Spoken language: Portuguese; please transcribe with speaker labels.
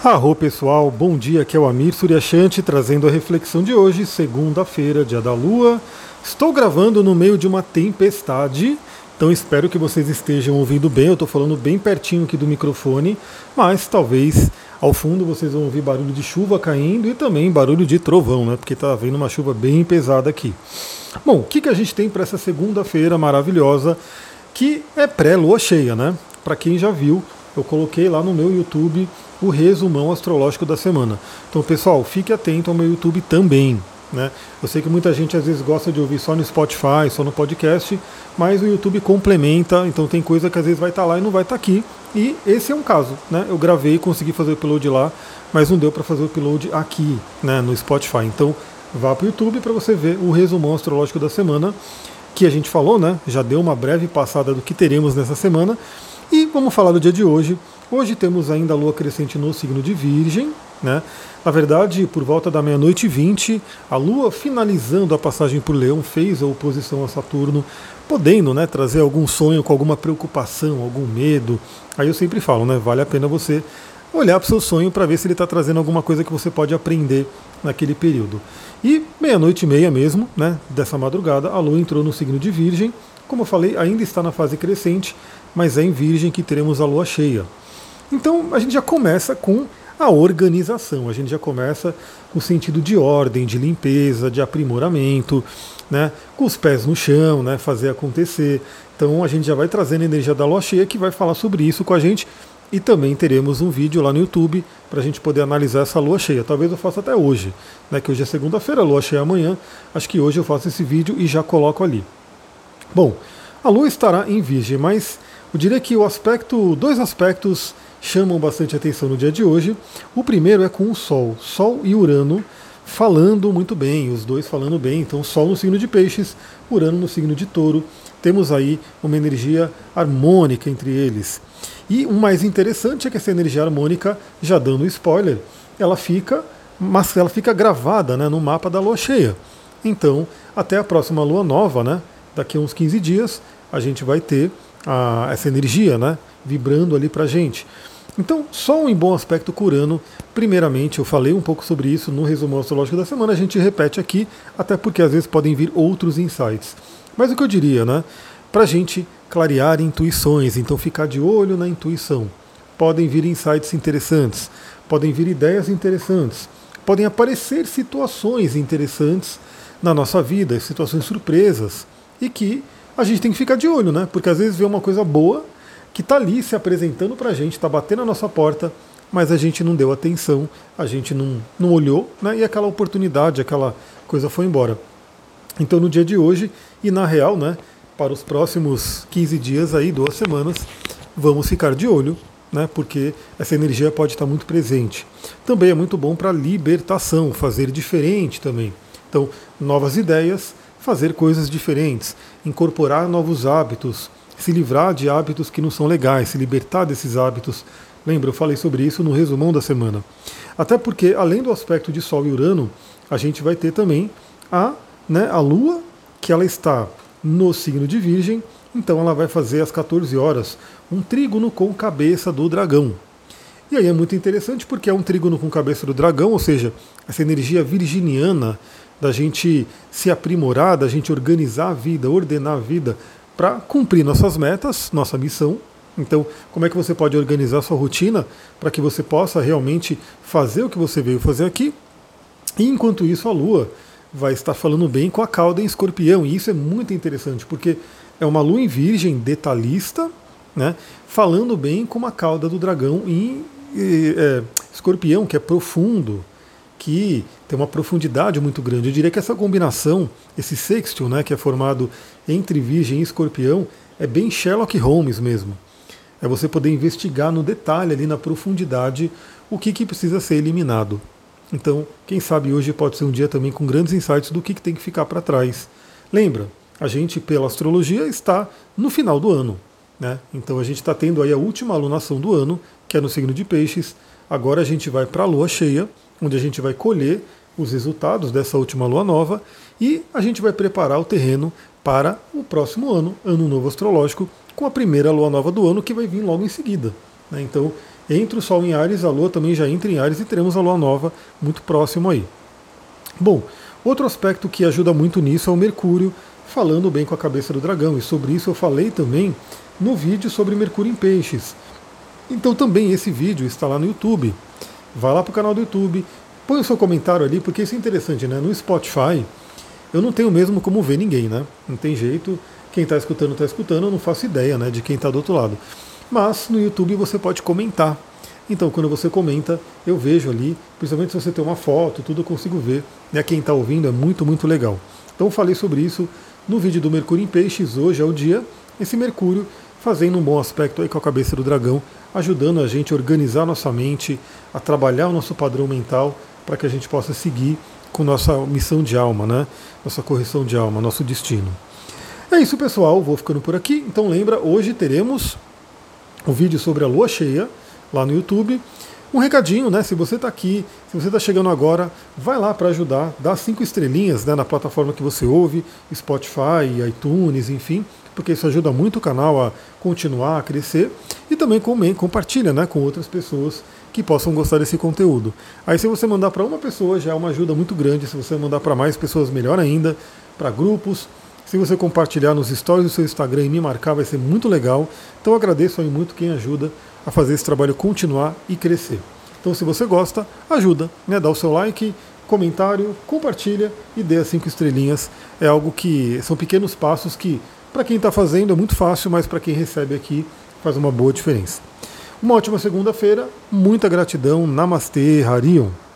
Speaker 1: Arro pessoal, bom dia, aqui é o Amir Suryashanti trazendo a reflexão de hoje, segunda-feira, dia da Lua. Estou gravando no meio de uma tempestade, então espero que vocês estejam ouvindo bem. Eu estou falando bem pertinho aqui do microfone, mas talvez ao fundo vocês vão ouvir barulho de chuva caindo e também barulho de trovão, né? Porque está vindo uma chuva bem pesada aqui. Bom, o que a gente tem para essa segunda-feira maravilhosa, que é pré-lua cheia, né? Para quem já viu, eu coloquei lá no meu YouTube o resumão astrológico da semana. Então, pessoal, fique atento ao meu YouTube também, né? Eu sei que muita gente às vezes gosta de ouvir só no Spotify, só no podcast, mas o YouTube complementa, então tem coisa que às vezes vai estar lá e não vai estar aqui. E esse é um caso, né? Eu gravei, consegui fazer o upload lá, mas não deu para fazer o upload aqui, né, no Spotify. Então, vá para o YouTube para você ver o resumão astrológico da semana, que a gente falou, né? Já deu uma breve passada do que teremos nessa semana. E vamos falar do dia de hoje. Hoje temos ainda a lua crescente no signo de Virgem, né? Na verdade, por volta da 00h20, a lua finalizando a passagem por Leão fez a oposição a Saturno, podendo, né, trazer algum sonho com alguma preocupação, algum medo. Aí eu sempre falo, né, vale a pena você olhar para o seu sonho para ver se ele está trazendo alguma coisa que você pode aprender naquele período. E 00h30 mesmo, né, dessa madrugada, a lua entrou no signo de Virgem. Como eu falei, ainda está na fase crescente, mas é em Virgem que teremos a lua cheia. Então a gente já começa com a organização, a gente já começa com o sentido de ordem, de limpeza, de aprimoramento, né, com os pés no chão, né, fazer acontecer. Então a gente já vai trazendo a energia da lua cheia que vai falar sobre isso com a gente. E também teremos um vídeo lá no YouTube para a gente poder analisar essa lua cheia. Talvez eu faça até hoje, né, que hoje é segunda-feira, a lua cheia é amanhã. Acho que hoje eu faço esse vídeo e já coloco ali. Bom, a lua estará em Virgem, mas eu diria que dois aspectos chamam bastante atenção no dia de hoje. O primeiro é com o Sol e Urano falando muito bem, os dois falando bem. Então, Sol no signo de Peixes, Urano no signo de Touro. Temos aí uma energia harmônica entre eles. E o mais interessante é que essa energia harmônica, já dando spoiler, ela fica gravada, né, no mapa da lua cheia. Então, até a próxima lua nova, né, daqui a uns 15 dias, a gente vai ter essa energia, né, vibrando ali pra gente. Então, Sol em bom aspecto com Urano. Primeiramente, eu falei um pouco sobre isso no resumo astrológico da semana, a gente repete aqui, até porque às vezes podem vir outros insights. Mas o que eu diria, né, pra gente clarear intuições, então ficar de olho na intuição. Podem vir insights interessantes, podem vir ideias interessantes, podem aparecer situações interessantes na nossa vida, situações surpresas, e que a gente tem que ficar de olho, né? Porque às vezes vê uma coisa boa que está ali se apresentando para a gente, está batendo na nossa porta, mas a gente não deu atenção, a gente não olhou, né? E aquela oportunidade, aquela coisa foi embora. Então no dia de hoje, e na real, né, para os próximos 15 dias aí, 2 semanas, vamos ficar de olho, né? Porque essa energia pode estar muito presente. Também é muito bom para libertação, fazer diferente também. Então, novas ideias, fazer coisas diferentes, incorporar novos hábitos, se livrar de hábitos que não são legais, se libertar desses hábitos. Lembra, eu falei sobre isso no resumão da semana. Até porque, além do aspecto de Sol e Urano, a gente vai ter também a Lua, que ela está no signo de Virgem, então ela vai fazer às 14 horas um trígono com cabeça do dragão. E aí é muito interessante porque é um trígono com cabeça do dragão, ou seja, essa energia virginiana da gente se aprimorar, da gente organizar a vida, ordenar a vida para cumprir nossas metas, nossa missão. Então, como é que você pode organizar a sua rotina para que você possa realmente fazer o que você veio fazer aqui? E enquanto isso, a Lua vai estar falando bem com a cauda em Escorpião. E isso é muito interessante, porque é uma Lua em Virgem detalhista, né, falando bem com uma cauda do dragão em Escorpião, que é profundo, que tem uma profundidade muito grande. Eu diria que essa combinação, esse sextil, né, que é formado entre Virgem e Escorpião, é bem Sherlock Holmes mesmo. É você poder investigar no detalhe, ali na profundidade, o que precisa ser eliminado. Então, quem sabe hoje pode ser um dia também com grandes insights do que tem que ficar para trás. Lembra, a gente, pela astrologia, está no final do ano, né? Então a gente está tendo aí a última alunação do ano, que é no signo de Peixes. Agora a gente vai para a lua cheia, onde a gente vai colher os resultados dessa última lua nova e a gente vai preparar o terreno para o próximo ano, ano novo astrológico, com a primeira lua nova do ano que vai vir logo em seguida, né? Então Entra o Sol em Áries, a Lua também já entra em Áries e teremos a Lua nova muito próximo aí. Bom, outro aspecto que ajuda muito nisso é o Mercúrio falando bem com a cabeça do dragão, e sobre isso eu falei também no vídeo sobre Mercúrio em Peixes. Então também esse vídeo está lá no YouTube. Vai lá para o canal do YouTube, põe o seu comentário ali, porque isso é interessante, né? No Spotify eu não tenho mesmo como ver ninguém, né? Não tem jeito, quem está escutando, eu não faço ideia, né, de quem está do outro lado. Mas no YouTube você pode comentar. Então quando você comenta, eu vejo ali, principalmente se você tem uma foto, tudo eu consigo ver, né? Quem está ouvindo é muito, muito legal. Então eu falei sobre isso no vídeo do Mercúrio em Peixes, hoje é o dia, esse Mercúrio fazendo um bom aspecto aí com a cabeça do dragão, ajudando a gente a organizar nossa mente, a trabalhar o nosso padrão mental, para que a gente possa seguir com nossa missão de alma, né? Nossa correção de alma, nosso destino. É isso, pessoal, vou ficando por aqui. Então lembra, hoje teremos o vídeo sobre a lua cheia lá no YouTube. Um recadinho, né? Se você está aqui, se você está chegando agora, vai lá para ajudar, dá 5 estrelinhas, né, na plataforma que você ouve, Spotify, iTunes, enfim, porque isso ajuda muito o canal a continuar a crescer, e também compartilha, né, com outras pessoas que possam gostar desse conteúdo. Aí se você mandar para uma pessoa já é uma ajuda muito grande, se você mandar para mais pessoas melhor ainda, para grupos. Se você compartilhar nos stories do seu Instagram e me marcar, vai ser muito legal. Então eu agradeço aí muito quem ajuda a fazer esse trabalho continuar e crescer. Então se você gosta, ajuda, né? Dá o seu like, comentário, compartilha e dê as 5 estrelinhas. É algo que são pequenos passos que para quem está fazendo é muito fácil, mas para quem recebe aqui faz uma boa diferença. Uma ótima segunda-feira, muita gratidão, Namastê, Harion.